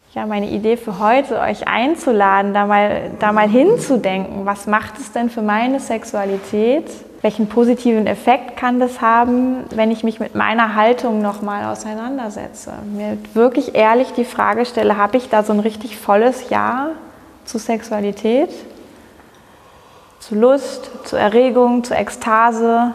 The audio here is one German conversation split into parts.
ja, meine Idee für heute, euch einzuladen, da mal hinzudenken, was macht es denn für meine Sexualität? Welchen positiven Effekt kann das haben, wenn ich mich mit meiner Haltung nochmal auseinandersetze? Mir wirklich ehrlich die Frage stelle, habe ich da so ein richtig volles Ja zu Sexualität? Zu Lust, zu Erregung, zu Ekstase?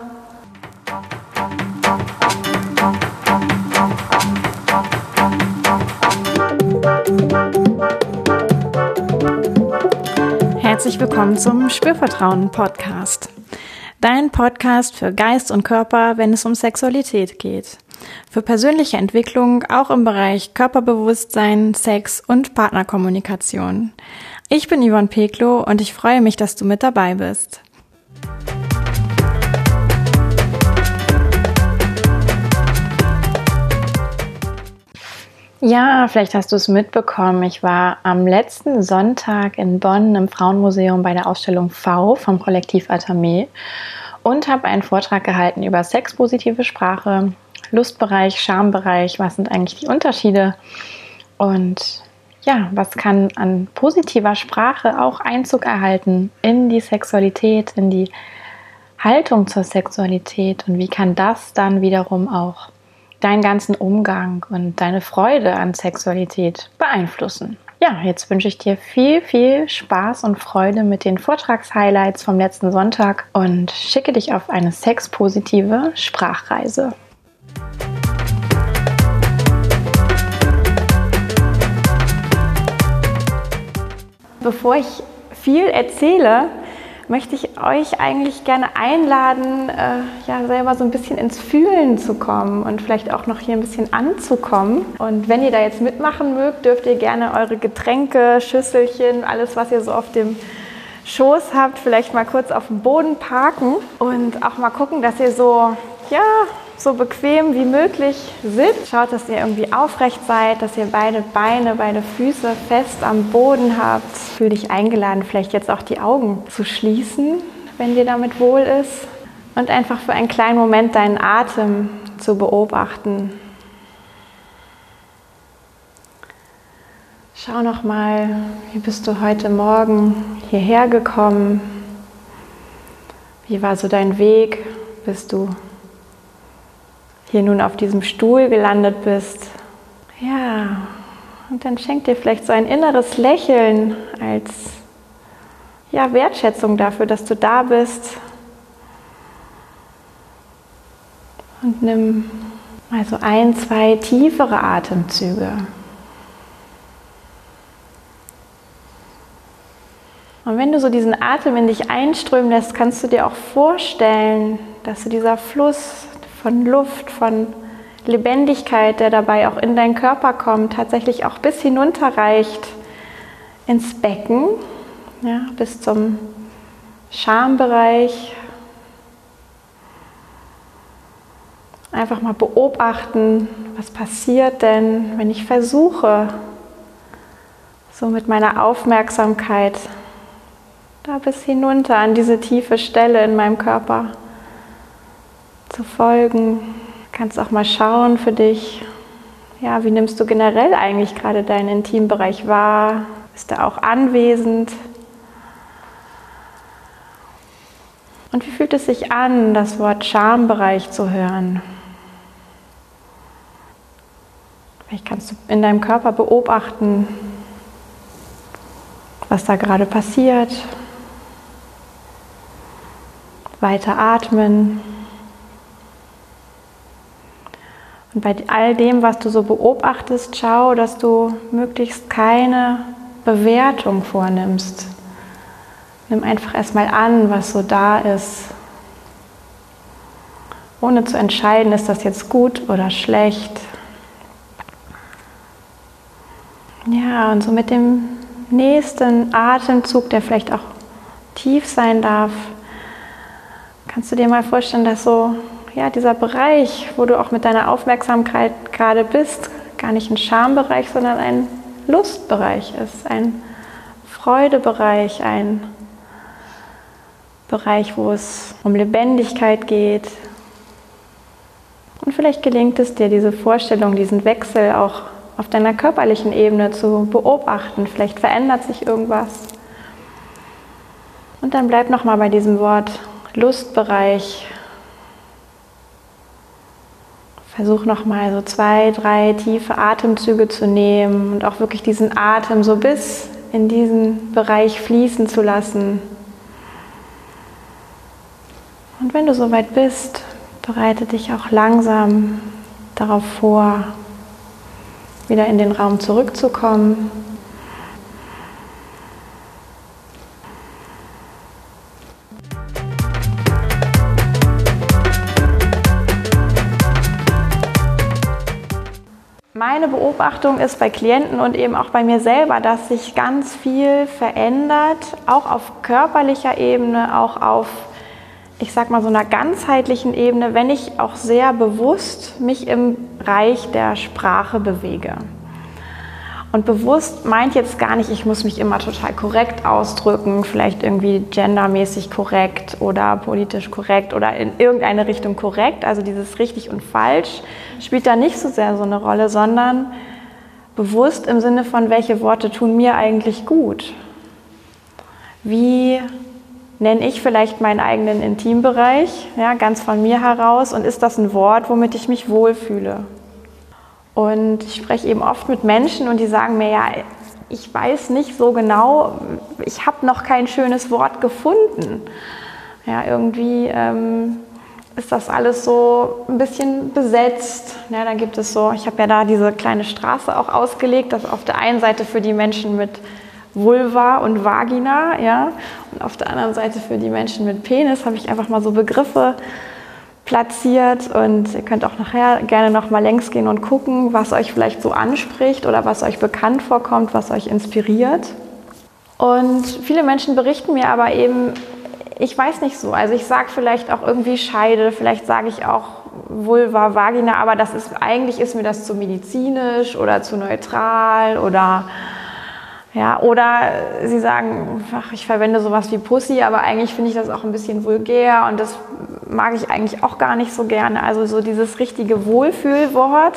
Herzlich willkommen zum Spürvertrauen-Podcast. Dein Podcast für Geist und Körper, wenn es um Sexualität geht. Für persönliche Entwicklung auch im Bereich Körperbewusstsein, Sex und Partnerkommunikation. Ich bin Yvonne Peklo und ich freue mich, dass du mit dabei bist. Ja, vielleicht hast du es mitbekommen. Ich war am letzten Sonntag in Bonn im Frauenmuseum bei der Ausstellung V vom Kollektiv Atame und habe einen Vortrag gehalten über sexpositive Sprache, Lustbereich, Schambereich, was sind eigentlich die Unterschiede und ja, was kann an positiver Sprache auch Einzug erhalten in die Sexualität, in die Haltung zur Sexualität und wie kann das dann wiederum auch deinen ganzen Umgang und deine Freude an Sexualität beeinflussen. Ja, jetzt wünsche ich dir viel, viel Spaß und Freude mit den Vortragshighlights vom letzten Sonntag und schicke dich auf eine sexpositive Sprachreise. Bevor ich viel erzähle, möchte ich euch eigentlich gerne einladen, selber so ein bisschen ins Fühlen zu kommen und vielleicht auch noch hier ein bisschen anzukommen. Und wenn ihr da jetzt mitmachen mögt, dürft ihr gerne eure Getränke, Schüsselchen, alles, was ihr so auf dem Schoß habt, vielleicht mal kurz auf dem Boden parken und auch mal gucken, dass ihr so bequem wie möglich sitzt. Schaut, dass ihr irgendwie aufrecht seid, dass ihr beide Beine, beide Füße fest am Boden habt. Fühl dich eingeladen, vielleicht jetzt auch die Augen zu schließen, wenn dir damit wohl ist. Und einfach für einen kleinen Moment deinen Atem zu beobachten. Schau nochmal, wie bist du heute Morgen hierher gekommen? Wie war so dein Weg, bis du hier nun auf diesem Stuhl gelandet bist? Ja, und dann schenk dir vielleicht so ein inneres Lächeln als Wertschätzung dafür, dass du da bist. Und nimm mal so 1, 2 tiefere Atemzüge. Und wenn du so diesen Atem in dich einströmen lässt, kannst du dir auch vorstellen, dass so dieser Fluss von Luft, von Lebendigkeit, der dabei auch in deinen Körper kommt, tatsächlich auch bis hinunter reicht ins Becken, bis zum Schambereich. Einfach mal beobachten, was passiert denn, wenn ich versuche, so mit meiner Aufmerksamkeit da bis hinunter an diese tiefe Stelle in meinem Körper zu folgen. Du kannst auch mal schauen für dich, wie nimmst du generell eigentlich gerade deinen Intimbereich wahr? Bist du auch anwesend? Und wie fühlt es sich an, das Wort Schambereich zu hören? Vielleicht kannst du in deinem Körper beobachten, was da gerade passiert. Weiter atmen. Und bei all dem, was du so beobachtest, schau, dass du möglichst keine Bewertung vornimmst. Nimm einfach erstmal an, was so da ist, ohne zu entscheiden, ist das jetzt gut oder schlecht. Ja, und so mit dem nächsten Atemzug, der vielleicht auch tief sein darf, kannst du dir mal vorstellen, dass so dieser Bereich, wo du auch mit deiner Aufmerksamkeit gerade bist, gar nicht ein Schambereich, sondern ein Lustbereich ist, ein Freudebereich, ein Bereich, wo es um Lebendigkeit geht. Und vielleicht gelingt es dir, diese Vorstellung, diesen Wechsel auch auf deiner körperlichen Ebene zu beobachten. Vielleicht verändert sich irgendwas. Und dann bleib nochmal bei diesem Wort Lustbereich. Versuch nochmal so 2, 3 tiefe Atemzüge zu nehmen und auch wirklich diesen Atem so bis in diesen Bereich fließen zu lassen. Und wenn du soweit bist, bereite dich auch langsam darauf vor, wieder in den Raum zurückzukommen. Meine Beobachtung ist bei Klienten und eben auch bei mir selber, dass sich ganz viel verändert, auch auf körperlicher Ebene, auch auf, ich sag mal, so einer ganzheitlichen Ebene, wenn ich auch sehr bewusst mich im Bereich der Sprache bewege. Und bewusst meint jetzt gar nicht, ich muss mich immer total korrekt ausdrücken, vielleicht irgendwie gendermäßig korrekt oder politisch korrekt oder in irgendeine Richtung korrekt. Also dieses richtig und falsch spielt da nicht so sehr so eine Rolle, sondern bewusst im Sinne von, welche Worte tun mir eigentlich gut? Wie nenne ich vielleicht meinen eigenen Intimbereich, ja, ganz von mir heraus, und ist das ein Wort, womit ich mich wohlfühle? Und ich spreche eben oft mit Menschen und die sagen mir, ja, ich weiß nicht so genau, ich habe noch kein schönes Wort gefunden. Ja, irgendwie ist das alles so ein bisschen besetzt. Ja, da gibt es so, ich habe ja da diese kleine Straße auch ausgelegt, das auf der einen Seite für die Menschen mit Vulva und Vagina, ja, und auf der anderen Seite für die Menschen mit Penis habe ich einfach mal so Begriffe platziert, und ihr könnt auch nachher gerne noch mal längs gehen und gucken, was euch vielleicht so anspricht oder was euch bekannt vorkommt, was euch inspiriert. Und viele Menschen berichten mir aber eben, ich weiß nicht so, also ich sage vielleicht auch irgendwie Scheide, vielleicht sage ich auch Vulva, Vagina, aber das ist, eigentlich ist mir das zu medizinisch oder zu neutral oder ja, oder sie sagen, ach, ich verwende sowas wie Pussy, aber eigentlich finde ich das auch ein bisschen vulgär und das mag ich eigentlich auch gar nicht so gerne. Also so dieses richtige Wohlfühlwort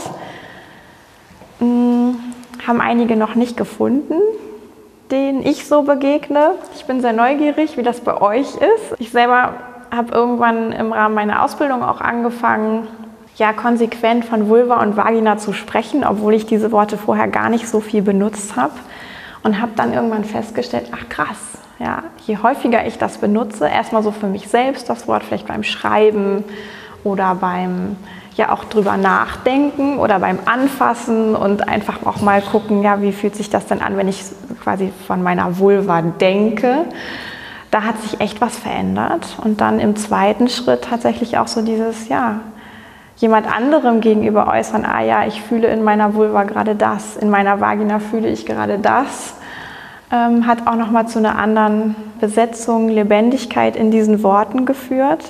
haben einige noch nicht gefunden, denen ich so begegne. Ich bin sehr neugierig, wie das bei euch ist. Ich selber habe irgendwann im Rahmen meiner Ausbildung auch angefangen, ja, konsequent von Vulva und Vagina zu sprechen, obwohl ich diese Worte vorher gar nicht so viel benutzt habe. Und habe dann irgendwann festgestellt, ach krass, ja, je häufiger ich das benutze, erstmal so für mich selbst das Wort, vielleicht beim Schreiben oder beim ja auch drüber nachdenken oder beim Anfassen und einfach auch mal gucken, ja, wie fühlt sich das denn an, wenn ich quasi von meiner Vulva denke. Da hat sich echt was verändert. Und dann im zweiten Schritt tatsächlich auch so dieses, ja, jemand anderem gegenüber äußern, ah ja, ich fühle in meiner Vulva gerade das, in meiner Vagina fühle ich gerade das, hat auch nochmal zu einer anderen Besetzung, Lebendigkeit in diesen Worten geführt.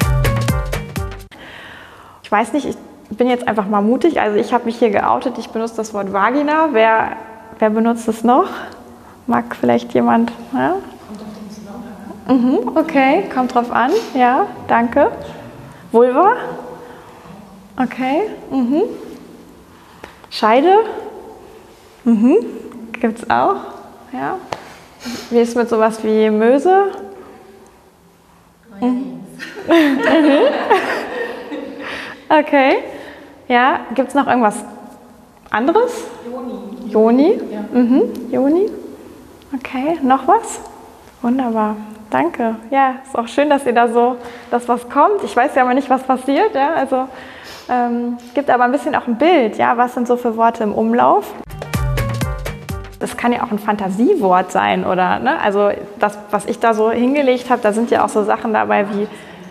Ich weiß nicht, ich bin jetzt einfach mal mutig, also ich habe mich hier geoutet, ich benutze das Wort Vagina. Wer benutzt es noch? Mag vielleicht jemand? Ja? Okay, kommt drauf an, ja, danke. Vulva? Okay. Scheide? Gibt's auch. Ja. Wie ist mit sowas wie Möse? Okay. Ja, gibt's noch irgendwas anderes? Joni. Joni? Ja. Joni. Okay, noch was? Wunderbar. Danke. Ja, ist auch schön, dass ihr da so, dass was kommt. Ich weiß ja aber nicht, was passiert. Ja? Also gibt aber ein bisschen auch ein Bild. Ja? Was sind so für Worte im Umlauf? Das kann ja auch ein Fantasiewort sein, oder? Ne? Also das, was ich da so hingelegt habe, da sind ja auch so Sachen dabei wie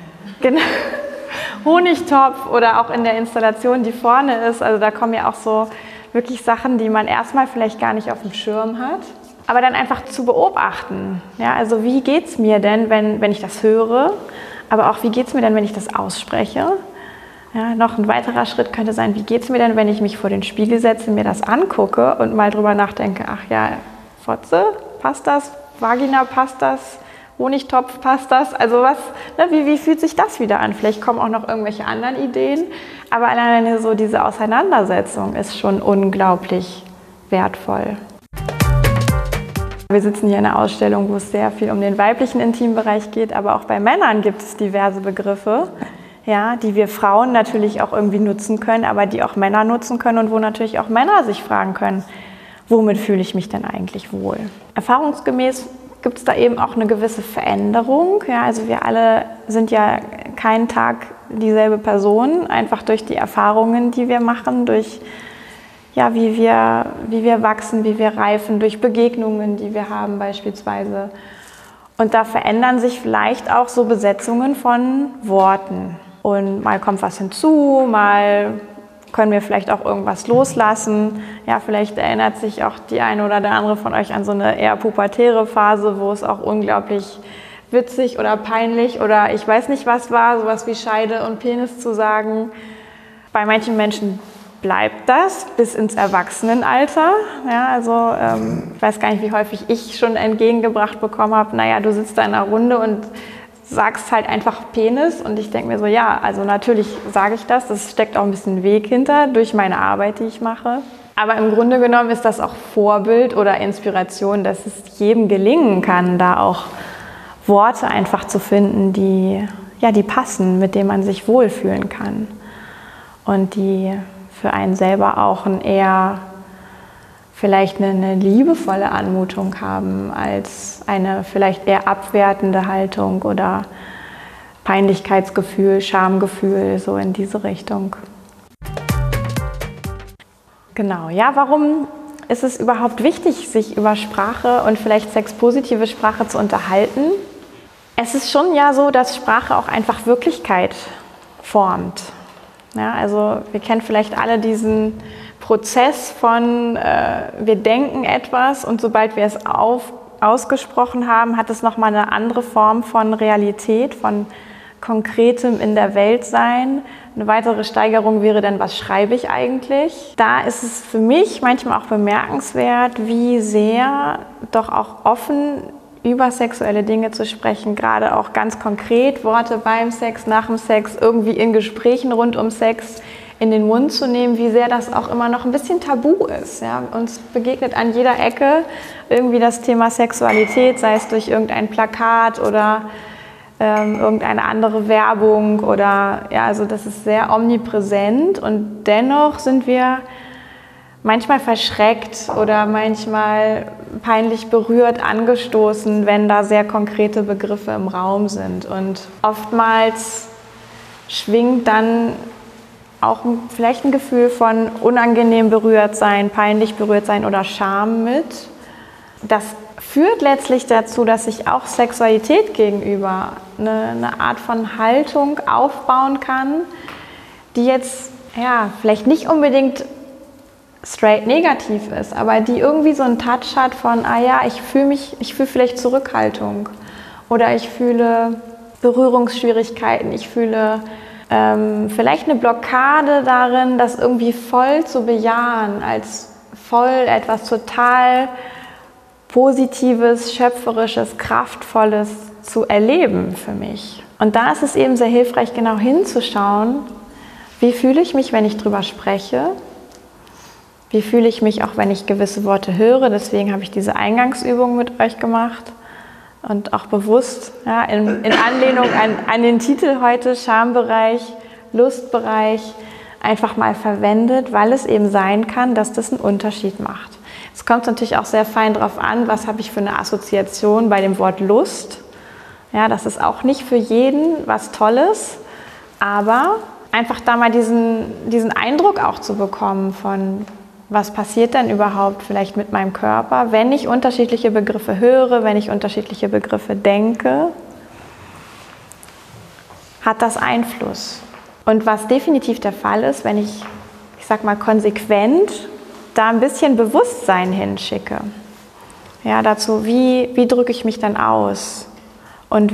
Honigtopf oder auch in der Installation, die vorne ist. Also da kommen ja auch so wirklich Sachen, die man erstmal vielleicht gar nicht auf dem Schirm hat. Aber dann einfach zu beobachten. Ja, also wie geht es mir denn, wenn ich das höre? Aber auch wie geht es mir denn, wenn ich das ausspreche? Ja, noch ein weiterer Schritt könnte sein, wie geht es mir denn, wenn ich mich vor den Spiegel setze, mir das angucke und mal drüber nachdenke, ach ja, Fotze, passt das? Vagina, passt das? Honigtopf, passt das? Also was, ne, wie fühlt sich das wieder an? Vielleicht kommen auch noch irgendwelche anderen Ideen, aber alleine so diese Auseinandersetzung ist schon unglaublich wertvoll. Wir sitzen hier in einer Ausstellung, wo es sehr viel um den weiblichen Intimbereich geht, aber auch bei Männern gibt es diverse Begriffe, ja, die wir Frauen natürlich auch irgendwie nutzen können, aber die auch Männer nutzen können und wo natürlich auch Männer sich fragen können, womit fühle ich mich denn eigentlich wohl? Erfahrungsgemäß gibt es da eben auch eine gewisse Veränderung. Ja, also wir alle sind ja keinen Tag dieselbe Person, einfach durch die Erfahrungen, die wir machen, durch ja, wie wir wachsen, wie wir reifen, durch Begegnungen, die wir haben beispielsweise. Und da verändern sich vielleicht auch so Besetzungen von Worten. Und mal kommt was hinzu, mal können wir vielleicht auch irgendwas loslassen. Ja, vielleicht erinnert sich auch die eine oder der andere von euch an so eine eher pubertäre Phase, wo es auch unglaublich witzig oder peinlich oder ich weiß nicht was war, sowas wie Scheide und Penis zu sagen. Bei manchen Menschen bleibt das bis ins Erwachsenenalter. Ja, also ich weiß gar nicht, wie häufig ich schon entgegengebracht bekommen habe, naja, du sitzt da in einer Runde und sagst halt einfach Penis und ich denke mir so, ja, also natürlich sage ich das, das steckt auch ein bisschen Weg hinter durch meine Arbeit, die ich mache. Aber im Grunde genommen ist das auch Vorbild oder Inspiration, dass es jedem gelingen kann, da auch Worte einfach zu finden, die passen, mit denen man sich wohlfühlen kann und die für einen selber auch vielleicht eine liebevolle Anmutung haben als eine vielleicht eher abwertende Haltung oder Peinlichkeitsgefühl, Schamgefühl, so in diese Richtung. Genau, ja, warum ist es überhaupt wichtig, sich über Sprache und vielleicht sexpositive Sprache zu unterhalten? Es ist schon ja so, dass Sprache auch einfach Wirklichkeit formt. Ja, also wir kennen vielleicht alle diesen Prozess von, wir denken etwas und sobald wir es ausgesprochen haben, hat es nochmal eine andere Form von Realität, von Konkretem in der Welt sein. Eine weitere Steigerung wäre dann, was schreibe ich eigentlich? Da ist es für mich manchmal auch bemerkenswert, wie sehr doch auch offen über sexuelle Dinge zu sprechen, gerade auch ganz konkret Worte beim Sex, nach dem Sex, irgendwie in Gesprächen rund um Sex in den Mund zu nehmen, wie sehr das auch immer noch ein bisschen tabu ist. Ja? Uns begegnet an jeder Ecke irgendwie das Thema Sexualität, sei es durch irgendein Plakat oder irgendeine andere Werbung oder ja, also das ist sehr omnipräsent und dennoch sind wir manchmal verschreckt oder manchmal peinlich berührt, angestoßen, wenn da sehr konkrete Begriffe im Raum sind. Und oftmals schwingt dann auch vielleicht ein Gefühl von unangenehm berührt sein, peinlich berührt sein oder Scham mit. Das führt letztlich dazu, dass sich auch Sexualität gegenüber eine Art von Haltung aufbauen kann, die jetzt ja, vielleicht nicht unbedingt straight negativ ist, aber die irgendwie so einen Touch hat von, ich fühle vielleicht Zurückhaltung oder ich fühle Berührungsschwierigkeiten, ich fühle vielleicht eine Blockade darin, das irgendwie voll zu bejahen, als voll etwas total Positives, Schöpferisches, Kraftvolles zu erleben für mich. Und da ist es eben sehr hilfreich, genau hinzuschauen, wie fühle ich mich, wenn ich drüber spreche. Wie fühle ich mich auch, wenn ich gewisse Worte höre? Deswegen habe ich diese Eingangsübung mit euch gemacht und auch bewusst ja, in Anlehnung an den Titel heute, Schambereich, Lustbereich, einfach mal verwendet, weil es eben sein kann, dass das einen Unterschied macht. Es kommt natürlich auch sehr fein darauf an, was habe ich für eine Assoziation bei dem Wort Lust. Ja, das ist auch nicht für jeden was Tolles, aber einfach da mal diesen Eindruck auch zu bekommen von, was passiert denn überhaupt vielleicht mit meinem Körper, wenn ich unterschiedliche Begriffe höre, wenn ich unterschiedliche Begriffe denke, hat das Einfluss. Und was definitiv der Fall ist, wenn ich sag mal, konsequent da ein bisschen Bewusstsein hinschicke. Ja, dazu, wie drücke ich mich dann aus? Und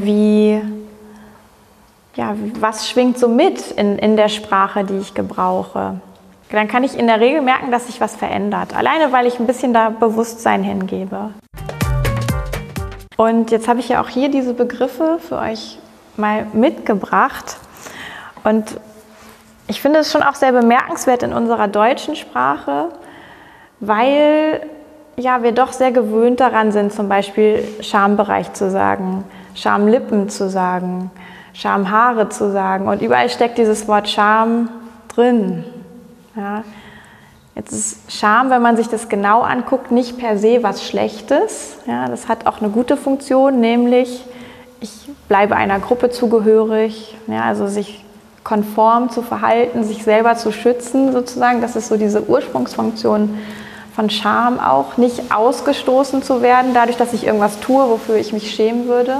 was schwingt so mit in der Sprache, die ich gebrauche? Dann kann ich in der Regel merken, dass sich was verändert. Alleine, weil ich ein bisschen da Bewusstsein hingebe. Und jetzt habe ich ja auch hier diese Begriffe für euch mal mitgebracht. Und ich finde es schon auch sehr bemerkenswert in unserer deutschen Sprache, weil ja, wir doch sehr gewöhnt daran sind, zum Beispiel Schambereich zu sagen, Schamlippen zu sagen, Schamhaare zu sagen. Und überall steckt dieses Wort Scham drin. Ja. Jetzt ist Scham, wenn man sich das genau anguckt, nicht per se was Schlechtes. Ja, das hat auch eine gute Funktion, nämlich ich bleibe einer Gruppe zugehörig, ja, also sich konform zu verhalten, sich selber zu schützen sozusagen. Das ist so diese Ursprungsfunktion von Scham auch, nicht ausgestoßen zu werden, dadurch, dass ich irgendwas tue, wofür ich mich schämen würde.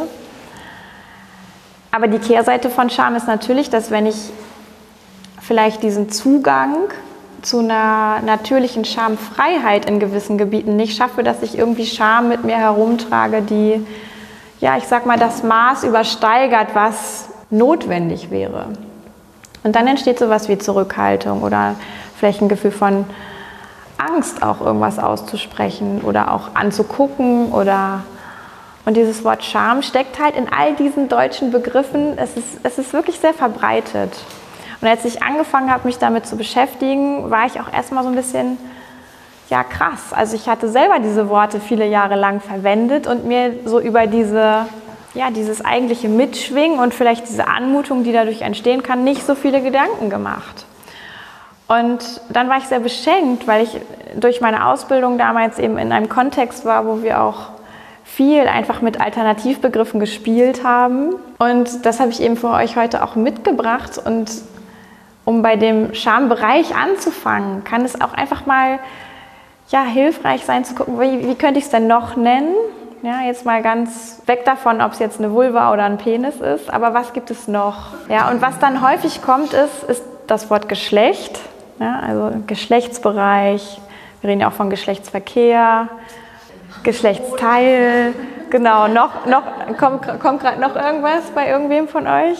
Aber die Kehrseite von Scham ist natürlich, dass wenn ich vielleicht diesen Zugang zu einer natürlichen Schamfreiheit in gewissen Gebieten nicht schaffe, dass ich irgendwie Scham mit mir herumtrage, die, ja, ich sag mal, das Maß übersteigert, was notwendig wäre. Und dann entsteht sowas wie Zurückhaltung oder vielleicht ein Gefühl von Angst, auch irgendwas auszusprechen oder auch anzugucken oder... Und dieses Wort Scham steckt halt in all diesen deutschen Begriffen, es ist wirklich sehr verbreitet. Und als ich angefangen habe, mich damit zu beschäftigen, war ich auch erstmal so ein bisschen, ja krass. Also ich hatte selber diese Worte viele Jahre lang verwendet und mir so über dieses eigentliche Mitschwingen und vielleicht diese Anmutung, die dadurch entstehen kann, nicht so viele Gedanken gemacht. Und dann war ich sehr beschenkt, weil ich durch meine Ausbildung damals eben in einem Kontext war, wo wir auch viel einfach mit Alternativbegriffen gespielt haben. Und das habe ich eben für euch heute auch mitgebracht. Und um bei dem Schambereich anzufangen, kann es auch einfach mal hilfreich sein zu gucken, wie könnte ich es denn noch nennen? Ja, jetzt mal ganz weg davon, ob es jetzt eine Vulva oder ein Penis ist, aber was gibt es noch? Ja, und was dann häufig kommt, ist das Wort Geschlecht, ja, also Geschlechtsbereich, wir reden ja auch von Geschlechtsverkehr, Geschlechtsteil, genau, kommt gerade noch irgendwas bei irgendwem von euch?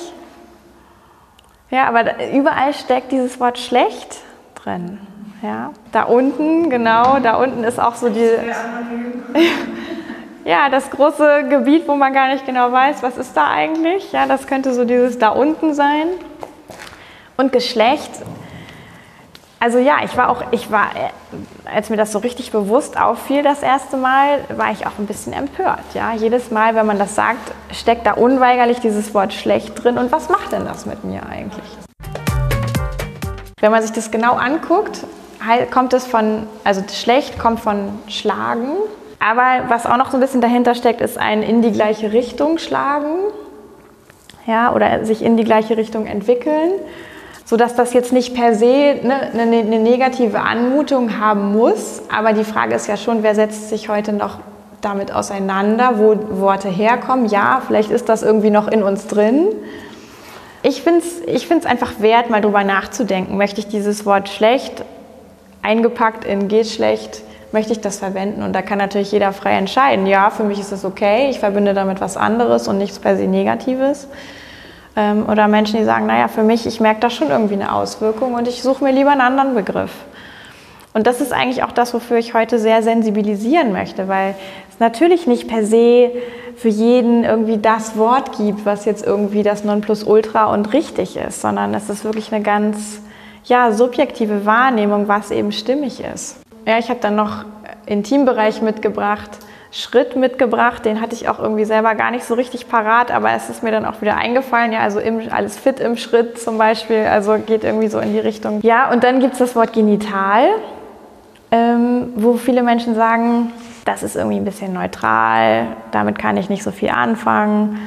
Ja, aber überall steckt dieses Wort schlecht drin. Ja, da unten, genau, da unten ist auch so das große Gebiet, wo man gar nicht genau weiß, was ist da eigentlich. Ja, das könnte so dieses da unten sein. Und Geschlecht, also ja, als mir das so richtig bewusst auffiel das erste Mal, war ich auch ein bisschen empört. Ja? Jedes Mal, wenn man das sagt, steckt da unweigerlich dieses Wort schlecht drin. Und was macht denn das mit mir eigentlich? Wenn man sich das genau anguckt, kommt es schlecht kommt von schlagen. Aber was auch noch so ein bisschen dahinter steckt, ist ein in die gleiche Richtung schlagen, ja, oder sich in die gleiche Richtung entwickeln. Sodass das jetzt nicht per se eine negative Anmutung haben muss. Aber die Frage ist ja schon, wer setzt sich heute noch damit auseinander, wo Worte herkommen? Ja, vielleicht ist das irgendwie noch in uns drin. Ich find's einfach wert, mal drüber nachzudenken. Möchte ich dieses Wort schlecht, eingepackt in geht schlecht, möchte ich das verwenden? Und da kann natürlich jeder frei entscheiden. Ja, für mich ist das okay, ich verbinde damit was anderes und nichts per se Negatives. Oder Menschen, die sagen, naja, für mich, ich merke da schon irgendwie eine Auswirkung und ich suche mir lieber einen anderen Begriff. Und das ist eigentlich auch das, wofür ich heute sehr sensibilisieren möchte, weil es natürlich nicht per se für jeden irgendwie das Wort gibt, was jetzt irgendwie das Nonplusultra und richtig ist, sondern es ist wirklich eine ganz subjektive Wahrnehmung, was eben stimmig ist. Ja, ich habe dann noch Intimbereich mitgebracht, Schritt mitgebracht, den hatte ich auch irgendwie selber gar nicht so richtig parat, aber es ist mir dann auch wieder eingefallen, ja, also alles fit im Schritt zum Beispiel, also geht irgendwie so in die Richtung. Ja, und dann gibt es das Wort genital, wo viele Menschen sagen, das ist irgendwie ein bisschen neutral, damit kann ich nicht so viel anfangen.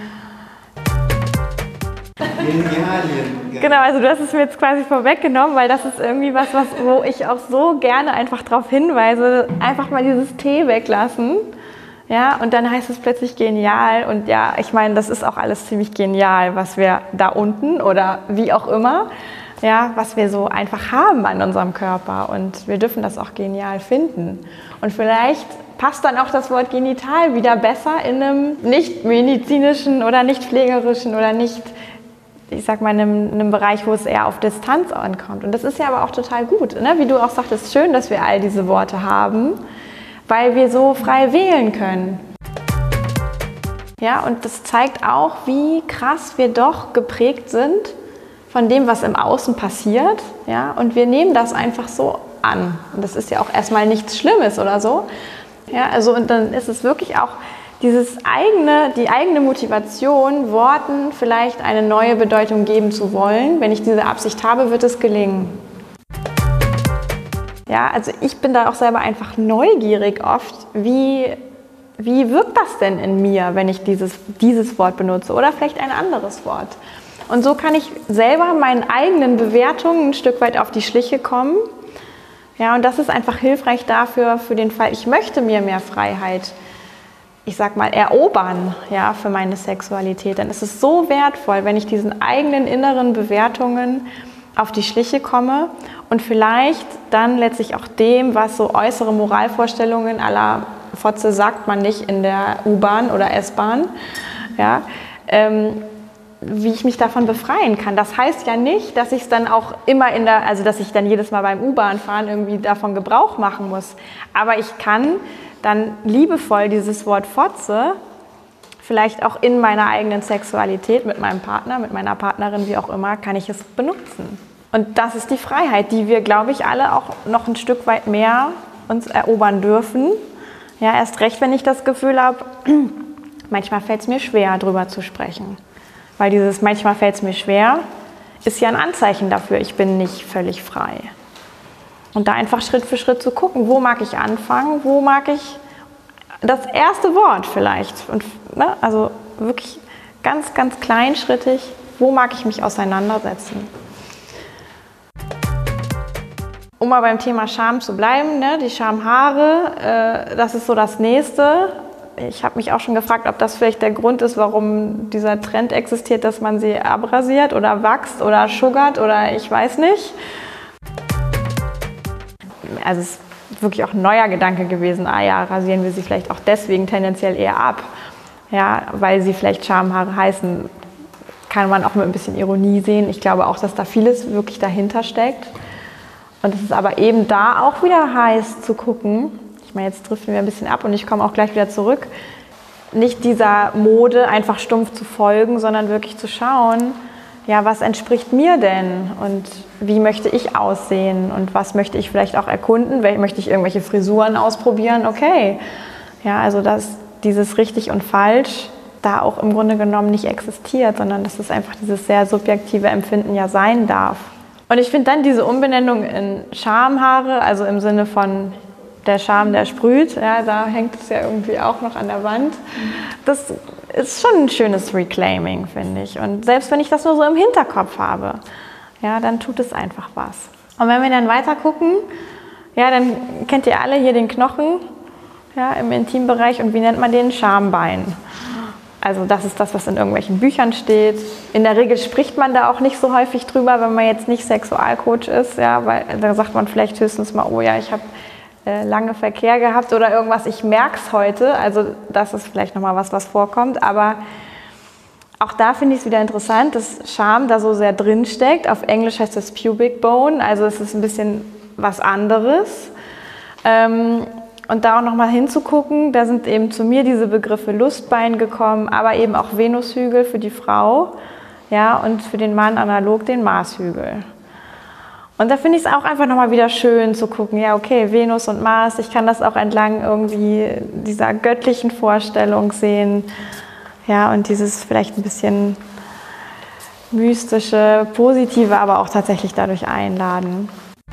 Genialien. Genau, also du hast es mir jetzt quasi vorweggenommen, weil das ist irgendwie was, wo ich auch so gerne einfach darauf hinweise, einfach mal dieses T weglassen. Ja, und dann heißt es plötzlich genial und ja, ich meine, das ist auch alles ziemlich genial, was wir da unten oder wie auch immer, ja, was wir so einfach haben an unserem Körper und wir dürfen das auch genial finden. Und vielleicht passt dann auch das Wort genital wieder besser in einem nicht medizinischen oder nicht pflegerischen oder nicht, ich sag mal, in einem Bereich, wo es eher auf Distanz ankommt. Und das ist ja aber auch total gut, ne? Wie du auch sagtest, schön, dass wir all diese Worte haben, weil wir so frei wählen können. Ja, und das zeigt auch, wie krass wir doch geprägt sind von dem, was im Außen passiert. Ja, und wir nehmen das einfach so an. Und das ist ja auch erstmal nichts Schlimmes oder so. Ja, also und dann ist es wirklich auch die eigene Motivation, Worten vielleicht eine neue Bedeutung geben zu wollen. Wenn ich diese Absicht habe, wird es gelingen. Ja, also ich bin da auch selber einfach neugierig oft, wie wirkt das denn in mir, wenn ich dieses Wort benutze oder vielleicht ein anderes Wort. Und so kann ich selber meinen eigenen Bewertungen ein Stück weit auf die Schliche kommen. Ja, und das ist einfach hilfreich dafür, für den Fall, ich möchte mir mehr Freiheit, ich sag mal, erobern, ja, für meine Sexualität. Dann ist es so wertvoll, wenn ich diesen eigenen inneren Bewertungen auf die Schliche komme und vielleicht dann letztlich auch dem, was so äußere Moralvorstellungen à la Fotze sagt man nicht in der U-Bahn oder S-Bahn, ja, wie ich mich davon befreien kann. Das heißt ja nicht, dass ich es dann auch immer dass ich dann jedes Mal beim U-Bahn-Fahren irgendwie davon Gebrauch machen muss. Aber ich kann dann liebevoll dieses Wort Fotze vielleicht auch in meiner eigenen Sexualität mit meinem Partner, mit meiner Partnerin, wie auch immer, kann ich es benutzen. Und das ist die Freiheit, die wir, glaube ich, alle auch noch ein Stück weit mehr uns erobern dürfen. Ja, erst recht, wenn ich das Gefühl habe, manchmal fällt es mir schwer, darüber zu sprechen. Weil dieses manchmal fällt es mir schwer, ist ja ein Anzeichen dafür, ich bin nicht völlig frei. Und da einfach Schritt für Schritt zu gucken, wo mag ich anfangen, wo mag ich das erste Wort vielleicht. Und, ne, also wirklich ganz, ganz kleinschrittig, wo mag ich mich auseinandersetzen. Um mal beim Thema Scham zu bleiben, ne, die Schamhaare, das ist so das Nächste. Ich habe mich auch schon gefragt, ob das vielleicht der Grund ist, warum dieser Trend existiert, dass man sie abrasiert oder wachst oder sugert oder ich weiß nicht. Also es ist wirklich auch ein neuer Gedanke gewesen, ja, rasieren wir sie vielleicht auch deswegen tendenziell eher ab, ja, weil sie vielleicht Schamhaare heißen, kann man auch mit ein bisschen Ironie sehen. Ich glaube auch, dass da vieles wirklich dahinter steckt. Und es ist aber eben da auch wieder heiß zu gucken. Ich meine, jetzt driften wir ein bisschen ab und ich komme auch gleich wieder zurück. Nicht dieser Mode einfach stumpf zu folgen, sondern wirklich zu schauen, ja, was entspricht mir denn und wie möchte ich aussehen und was möchte ich vielleicht auch erkunden, möchte ich irgendwelche Frisuren ausprobieren, okay. Ja, also dass dieses richtig und falsch da auch im Grunde genommen nicht existiert, sondern dass es einfach dieses sehr subjektive Empfinden ja sein darf. Und ich finde dann diese Umbenennung in Schamhaare, also im Sinne von der Scham, der sprüht, ja, da hängt es ja irgendwie auch noch an der Wand. Das ist schon ein schönes Reclaiming, finde ich. Und selbst wenn ich das nur so im Hinterkopf habe, ja, dann tut es einfach was. Und wenn wir dann weiter gucken, ja, dann kennt ihr alle hier den Knochen, ja, im Intimbereich und wie nennt man den? Schambein. Also das ist das, was in irgendwelchen Büchern steht. In der Regel spricht man da auch nicht so häufig drüber, wenn man jetzt nicht Sexualcoach ist, ja, weil da sagt man vielleicht höchstens mal, oh ja, ich habe lange Verkehr gehabt oder irgendwas, ich merke es heute, also das ist vielleicht nochmal was vorkommt, aber auch da finde ich es wieder interessant, dass Scham da so sehr drin steckt. Auf Englisch heißt das Pubic Bone, also es ist ein bisschen was anderes. Und da auch nochmal hinzugucken, da sind eben zu mir diese Begriffe Lustbein gekommen, aber eben auch Venushügel für die Frau, ja, und für den Mann analog den Marshügel. Und da finde ich es auch einfach nochmal wieder schön zu gucken, ja okay, Venus und Mars, ich kann das auch entlang irgendwie dieser göttlichen Vorstellung sehen, ja, und dieses vielleicht ein bisschen mystische, positive, aber auch tatsächlich dadurch einladen.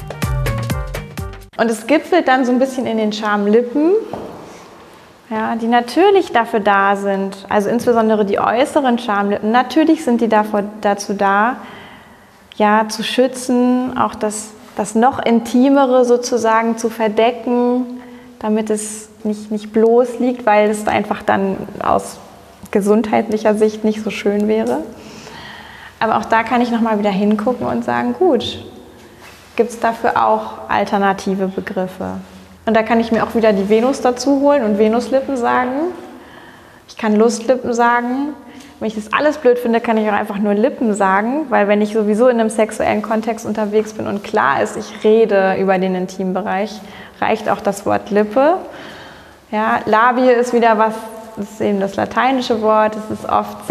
Und es gipfelt dann so ein bisschen in den Schamlippen, ja, die natürlich dafür da sind, also insbesondere die äußeren Schamlippen, natürlich sind die dazu da, ja, zu schützen, auch das noch Intimere sozusagen zu verdecken, damit es nicht bloß liegt, weil es einfach dann aus gesundheitlicher Sicht nicht so schön wäre. Aber auch da kann ich nochmal wieder hingucken und sagen, gut, gibt es dafür auch alternative Begriffe. Und da kann ich mir auch wieder die Venus dazu holen und Venuslippen sagen. Ich kann Lustlippen sagen. Wenn ich das alles blöd finde, kann ich auch einfach nur Lippen sagen, weil wenn ich sowieso in einem sexuellen Kontext unterwegs bin und klar ist, ich rede über den Intimbereich, reicht auch das Wort Lippe. Ja, Labie ist wieder was das ist eben das lateinische Wort, es ist oft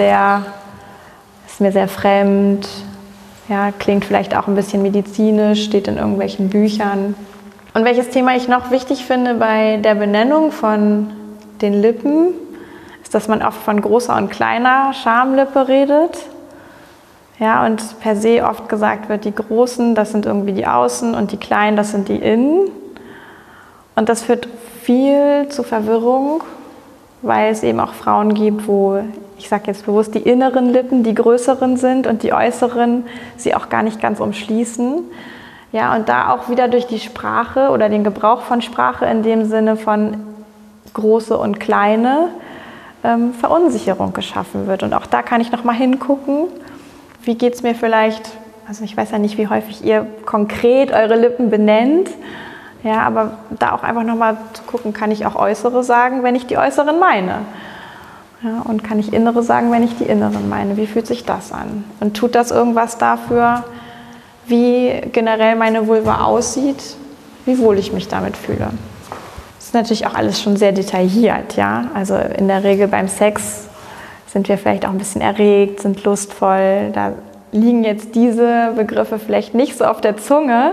ist mir sehr fremd, ja, klingt vielleicht auch ein bisschen medizinisch, steht in irgendwelchen Büchern. Und welches Thema ich noch wichtig finde bei der Benennung von den Lippen, ist, dass man oft von großer und kleiner Schamlippe redet. Ja, und per se oft gesagt wird, die großen, das sind irgendwie die Außen und die kleinen, das sind die Innen. Und das führt viel zu Verwirrung, weil es eben auch Frauen gibt, wo, ich sage jetzt bewusst, die inneren Lippen die größeren sind und die äußeren sie auch gar nicht ganz umschließen. Ja, und da auch wieder durch die Sprache oder den Gebrauch von Sprache in dem Sinne von große und kleine Verunsicherung geschaffen wird. Und auch da kann ich noch mal hingucken, wie geht es mir vielleicht, also ich weiß ja nicht, wie häufig ihr konkret eure Lippen benennt, ja, aber da auch einfach noch mal zu gucken, kann ich auch äußere sagen, wenn ich die äußeren meine? Ja, und kann ich innere sagen, wenn ich die inneren meine? Wie fühlt sich das an? Und tut das irgendwas dafür, wie generell meine Vulva aussieht, wie wohl ich mich damit fühle? Das ist natürlich auch alles schon sehr detailliert, ja. Also in der Regel beim Sex sind wir vielleicht auch ein bisschen erregt, sind lustvoll. Da liegen jetzt diese Begriffe vielleicht nicht so auf der Zunge.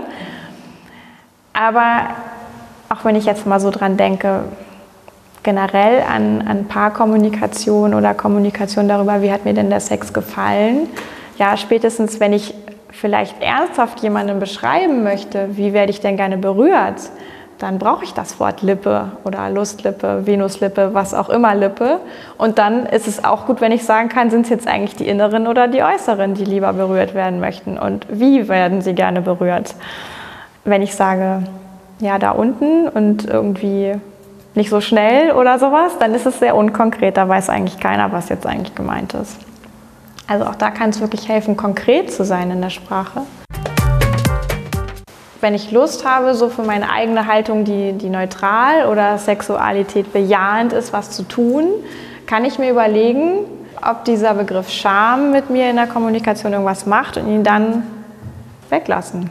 Aber auch wenn ich jetzt mal so dran denke, generell an Paarkommunikation oder Kommunikation darüber, wie hat mir denn der Sex gefallen, ja, spätestens wenn ich vielleicht ernsthaft jemandem beschreiben möchte, wie werde ich denn gerne berührt, dann brauche ich das Wort Lippe oder Lustlippe, Venuslippe, was auch immer Lippe. Und dann ist es auch gut, wenn ich sagen kann, sind es jetzt eigentlich die Inneren oder die Äußeren, die lieber berührt werden möchten und wie werden sie gerne berührt. Wenn ich sage, ja, da unten und irgendwie nicht so schnell oder sowas, dann ist es sehr unkonkret, da weiß eigentlich keiner, was jetzt eigentlich gemeint ist. Also auch da kann es wirklich helfen, konkret zu sein in der Sprache. Wenn ich Lust habe, so für meine eigene Haltung, die neutral oder Sexualität bejahend ist, was zu tun, kann ich mir überlegen, ob dieser Begriff Scham mit mir in der Kommunikation irgendwas macht und ihn dann weglassen.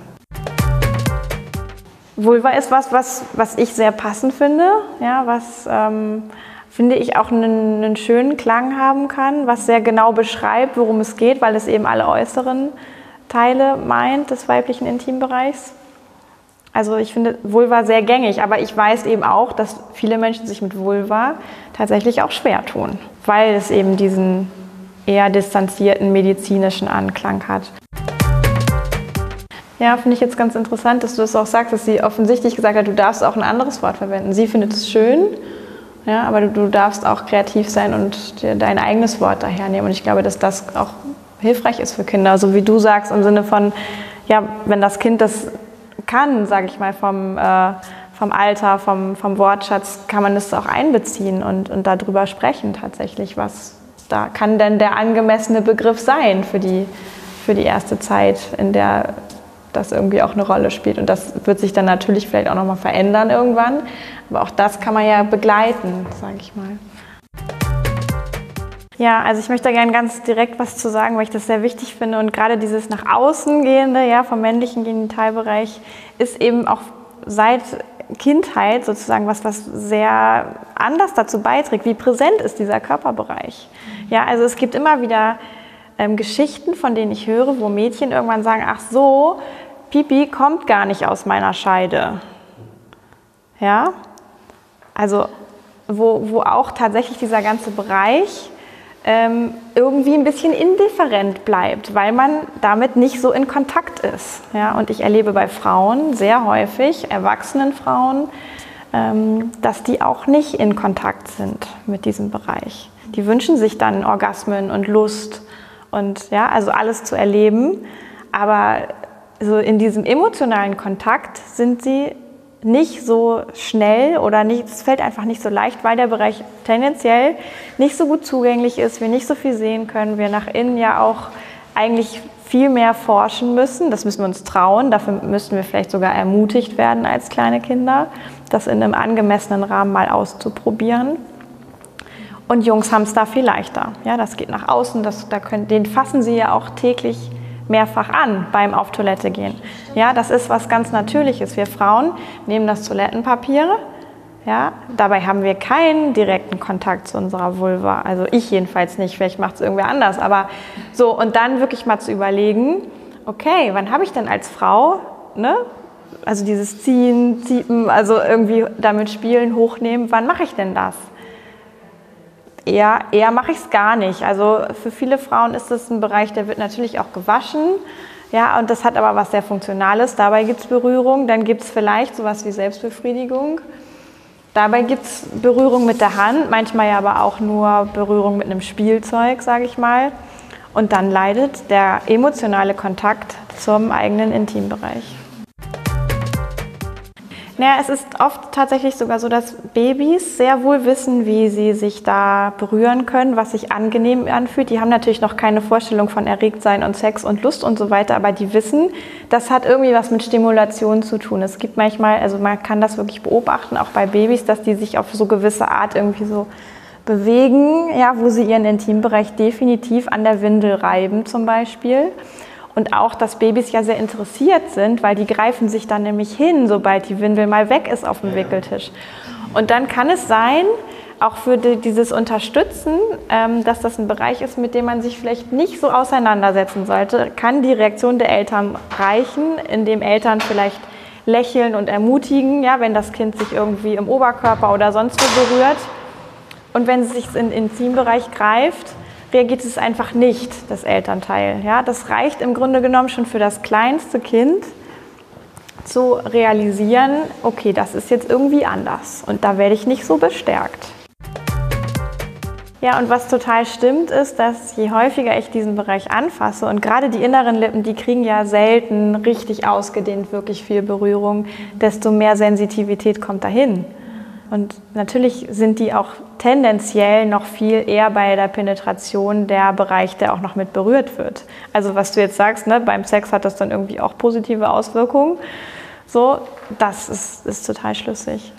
Vulva ist was ich sehr passend finde, ja, was finde ich auch einen schönen Klang haben kann, was sehr genau beschreibt, worum es geht, weil es eben alle äußeren Teile meint des weiblichen Intimbereichs. Also ich finde Vulva sehr gängig, aber ich weiß eben auch, dass viele Menschen sich mit Vulva tatsächlich auch schwer tun, weil es eben diesen eher distanzierten medizinischen Anklang hat. Ja, finde ich jetzt ganz interessant, dass du das auch sagst, dass sie offensichtlich gesagt hat, du darfst auch ein anderes Wort verwenden. Sie findet es schön, ja, aber du darfst auch kreativ sein und dir dein eigenes Wort dahernehmen. Und ich glaube, dass das auch hilfreich ist für Kinder, so wie du sagst, im Sinne von, ja, wenn das Kind das kann, sage ich mal, vom Alter, vom Wortschatz, kann man das auch einbeziehen und darüber sprechen tatsächlich, was da kann denn der angemessene Begriff sein für die erste Zeit, in der das irgendwie auch eine Rolle spielt. Und das wird sich dann natürlich vielleicht auch nochmal verändern irgendwann, aber auch das kann man ja begleiten, sage ich mal. Ja, also ich möchte da gerne ganz direkt was zu sagen, weil ich das sehr wichtig finde. Und gerade dieses nach außen gehende, ja, vom männlichen Genitalbereich ist eben auch seit Kindheit sozusagen was sehr anders dazu beiträgt, wie präsent ist dieser Körperbereich. Ja, also es gibt immer wieder Geschichten, von denen ich höre, wo Mädchen irgendwann sagen, ach so, Pipi kommt gar nicht aus meiner Scheide. Ja, also wo auch tatsächlich dieser ganze Bereich irgendwie ein bisschen indifferent bleibt, weil man damit nicht so in Kontakt ist. Ja, und ich erlebe bei Frauen sehr häufig, erwachsenen Frauen, dass die auch nicht in Kontakt sind mit diesem Bereich. Die wünschen sich dann Orgasmen und Lust und ja, also alles zu erleben, aber so in diesem emotionalen Kontakt sind sie nicht so schnell oder nicht, es fällt einfach nicht so leicht, weil der Bereich tendenziell nicht so gut zugänglich ist, wir nicht so viel sehen können, wir nach innen ja auch eigentlich viel mehr forschen müssen, das müssen wir uns trauen, dafür müssten wir vielleicht sogar ermutigt werden als kleine Kinder, das in einem angemessenen Rahmen mal auszuprobieren. Und Jungs haben es da viel leichter, ja, das geht nach außen, den fassen sie ja auch täglich mehrfach an beim auf Toilette gehen. Ja, das ist was ganz Natürliches. Wir Frauen nehmen das Toilettenpapier, Ja, dabei haben wir keinen direkten Kontakt zu unserer Vulva. Also ich jedenfalls nicht, vielleicht macht es irgendwer anders. Aber so, und dann wirklich mal zu überlegen, okay, wann habe ich denn als Frau, ne? Also dieses Ziehen, Ziepen, also irgendwie damit spielen, hochnehmen, wann mache ich denn das? Eher mache ich es gar nicht. Also für viele Frauen ist das ein Bereich, der wird natürlich auch gewaschen. Ja, und das hat aber was sehr Funktionales. Dabei gibt es Berührung, dann gibt es vielleicht sowas wie Selbstbefriedigung. Dabei gibt es Berührung mit der Hand, manchmal ja aber auch nur Berührung mit einem Spielzeug, sage ich mal. Und dann leidet der emotionale Kontakt zum eigenen Intimbereich. Naja, es ist oft tatsächlich sogar so, dass Babys sehr wohl wissen, wie sie sich da berühren können, was sich angenehm anfühlt. Die haben natürlich noch keine Vorstellung von Erregtsein und Sex und Lust und so weiter, aber die wissen, das hat irgendwie was mit Stimulation zu tun. Es gibt manchmal, also man kann das wirklich beobachten, auch bei Babys, dass die sich auf so gewisse Art irgendwie so bewegen, ja, wo sie ihren Intimbereich definitiv an der Windel reiben zum Beispiel. Und auch, dass Babys ja sehr interessiert sind, weil die greifen sich dann nämlich hin, sobald die Windel mal weg ist auf dem Wickeltisch. Und dann kann es sein, auch für dieses Unterstützen, dass das ein Bereich ist, mit dem man sich vielleicht nicht so auseinandersetzen sollte, kann die Reaktion der Eltern reichen, indem Eltern vielleicht lächeln und ermutigen, ja, wenn das Kind sich irgendwie im Oberkörper oder sonst wo berührt. Und wenn es sich in den Intimbereich greift, reagiert es einfach nicht, das Elternteil. Ja, das reicht im Grunde genommen schon für das kleinste Kind, zu realisieren, okay, das ist jetzt irgendwie anders und da werde ich nicht so bestärkt. Ja, und was total stimmt, ist, dass je häufiger ich diesen Bereich anfasse und gerade die inneren Lippen, die kriegen ja selten richtig ausgedehnt wirklich viel Berührung, desto mehr Sensitivität kommt dahin. Und natürlich sind die auch tendenziell noch viel eher bei der Penetration der Bereich, der auch noch mit berührt wird. Also was du jetzt sagst, ne, beim Sex hat das dann irgendwie auch positive Auswirkungen. So, das ist total schlüssig.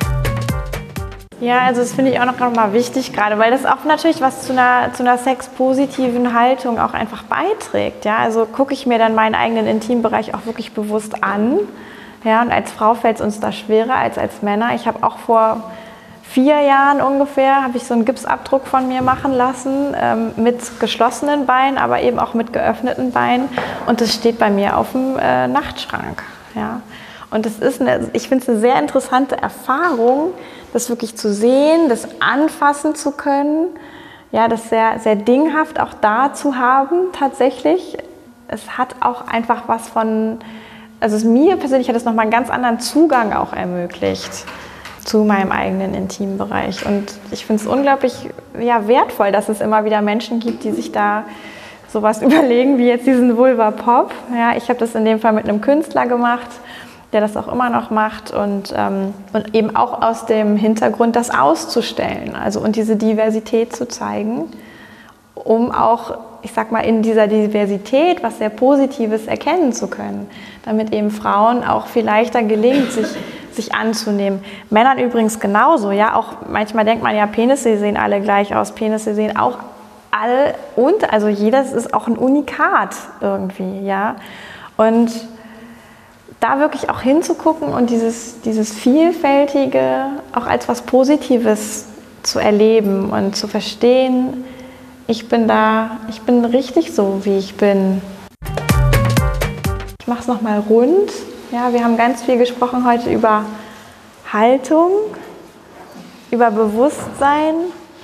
Ja, also das finde ich auch noch mal wichtig gerade, weil das auch natürlich was zu einer sexpositiven Haltung auch einfach beiträgt. Ja, also gucke ich mir dann meinen eigenen Intimbereich auch wirklich bewusst an. Ja, und als Frau fällt es uns da schwerer als Männer. Ich habe auch vor 4 Jahren ungefähr, habe ich so einen Gipsabdruck von mir machen lassen, mit geschlossenen Beinen, aber eben auch mit geöffneten Beinen. Und das steht bei mir auf dem Nachtschrank. Ja. Und das ist ich finde es eine sehr interessante Erfahrung, das wirklich zu sehen, das anfassen zu können, ja, das sehr, sehr dinghaft auch da zu haben tatsächlich. Es hat auch einfach was von... Also mir persönlich hat es nochmal einen ganz anderen Zugang auch ermöglicht zu meinem eigenen Intimbereich. Und ich finde es unglaublich wertvoll, dass es immer wieder Menschen gibt, die sich da sowas überlegen, wie jetzt diesen Vulva-Pop. Ja, ich habe das in dem Fall mit einem Künstler gemacht, der das auch immer noch macht und eben auch aus dem Hintergrund, das auszustellen, also und diese Diversität zu zeigen, um auch, ich sag mal, in dieser Diversität was sehr Positives erkennen zu können, damit eben Frauen auch viel leichter gelingt, sich anzunehmen. Männern übrigens genauso, ja, auch manchmal denkt man ja, Penisse sehen alle gleich aus, Penisse sehen auch alle und, also jedes ist auch ein Unikat irgendwie, ja, und da wirklich auch hinzugucken und dieses Vielfältige auch als was Positives zu erleben und zu verstehen, ich bin richtig so, wie ich bin. Ich mache es nochmal rund. Ja, wir haben ganz viel gesprochen heute über Haltung, über Bewusstsein,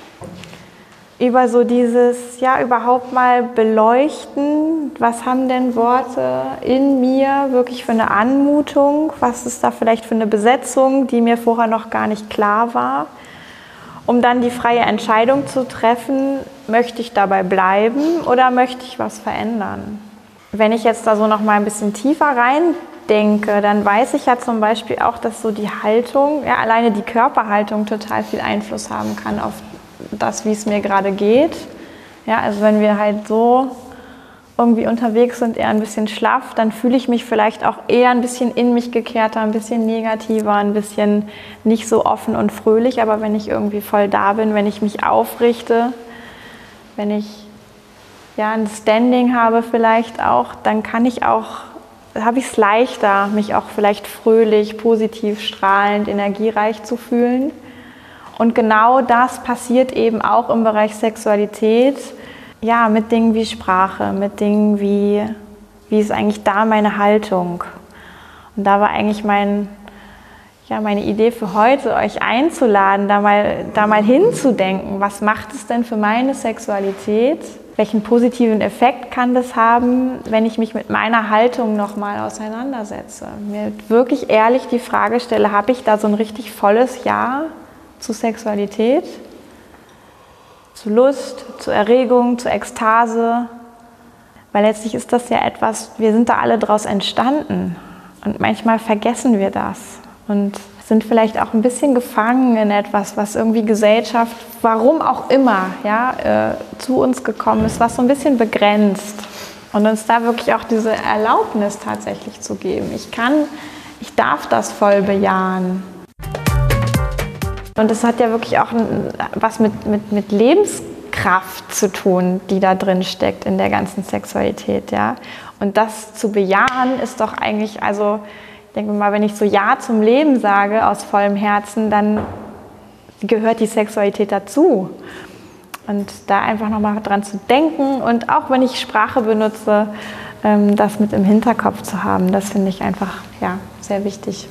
über so dieses, ja, überhaupt mal beleuchten, was haben denn Worte in mir wirklich für eine Anmutung, was ist da vielleicht für eine Besetzung, die mir vorher noch gar nicht klar war. Um dann die freie Entscheidung zu treffen, möchte ich dabei bleiben oder möchte ich was verändern? Wenn ich jetzt da so noch mal ein bisschen tiefer rein denke, dann weiß ich ja zum Beispiel auch, dass so die Haltung, ja, alleine die Körperhaltung total viel Einfluss haben kann auf das, wie es mir gerade geht. Ja, also wenn wir halt so irgendwie unterwegs sind, eher ein bisschen schlaff, dann fühle ich mich vielleicht auch eher ein bisschen in mich gekehrter, ein bisschen negativer, ein bisschen nicht so offen und fröhlich. Aber wenn ich irgendwie voll da bin, wenn ich mich aufrichte, wenn ich ja ein Standing habe vielleicht auch, dann kann ich auch habe ich es leichter, mich auch vielleicht fröhlich, positiv, strahlend, energiereich zu fühlen. Und genau das passiert eben auch im Bereich Sexualität, ja, mit Dingen wie Sprache, mit Dingen wie ist eigentlich da meine Haltung. Und da war eigentlich meine Idee für heute, euch einzuladen, da mal hinzudenken, was macht es denn für meine Sexualität? Welchen positiven Effekt kann das haben, wenn ich mich mit meiner Haltung nochmal auseinandersetze? Mir wirklich ehrlich die Frage stelle, habe ich da so ein richtig volles Ja zu Sexualität? Zu Lust, zu Erregung, zu Ekstase? Weil letztlich ist das ja etwas, wir sind da alle draus entstanden. Und manchmal vergessen wir das und sind vielleicht auch ein bisschen gefangen in etwas, was irgendwie Gesellschaft, warum auch immer, ja, zu uns gekommen ist, was so ein bisschen begrenzt. Und uns da wirklich auch diese Erlaubnis tatsächlich zu geben. Ich darf das voll bejahen. Und das hat ja wirklich auch was mit Lebenskraft zu tun, die da drin steckt in der ganzen Sexualität, ja. Und das zu bejahen ist doch eigentlich, also ich denke mal, wenn ich so Ja zum Leben sage aus vollem Herzen, dann gehört die Sexualität dazu. Und da einfach nochmal dran zu denken und auch wenn ich Sprache benutze, das mit im Hinterkopf zu haben, das finde ich einfach sehr wichtig.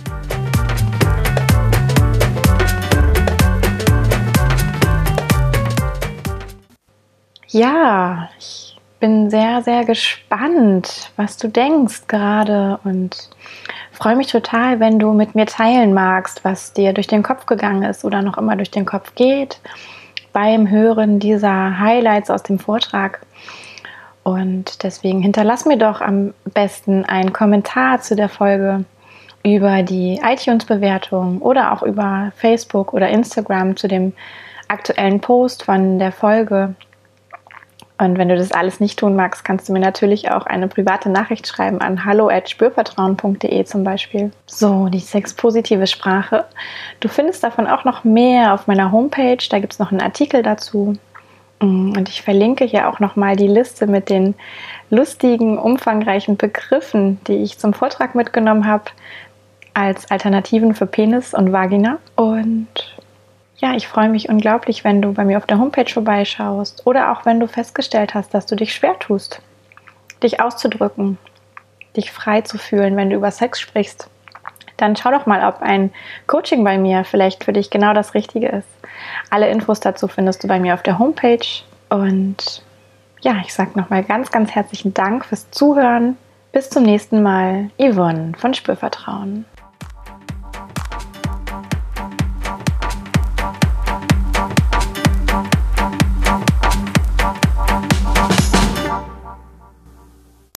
Ja, ich bin sehr, sehr gespannt, was du denkst gerade und freue mich total, wenn du mit mir teilen magst, was dir durch den Kopf gegangen ist oder noch immer durch den Kopf geht beim Hören dieser Highlights aus dem Vortrag. Und deswegen hinterlass mir doch am besten einen Kommentar zu der Folge über die iTunes-Bewertung oder auch über Facebook oder Instagram zu dem aktuellen Post von der Folge. Und wenn du das alles nicht tun magst, kannst du mir natürlich auch eine private Nachricht schreiben an hallo@spürvertrauen.de zum Beispiel. So, die sexpositive Sprache. Du findest davon auch noch mehr auf meiner Homepage. Da gibt es noch einen Artikel dazu. Und ich verlinke hier auch nochmal die Liste mit den lustigen, umfangreichen Begriffen, die ich zum Vortrag mitgenommen habe, als Alternativen für Penis und Vagina. Und ja, ich freue mich unglaublich, wenn du bei mir auf der Homepage vorbeischaust oder auch wenn du festgestellt hast, dass du dich schwer tust, dich auszudrücken, dich frei zu fühlen, wenn du über Sex sprichst. Dann schau doch mal, ob ein Coaching bei mir vielleicht für dich genau das Richtige ist. Alle Infos dazu findest du bei mir auf der Homepage. Und ja, ich sage nochmal ganz, ganz herzlichen Dank fürs Zuhören. Bis zum nächsten Mal. Yvonne von Spürvertrauen.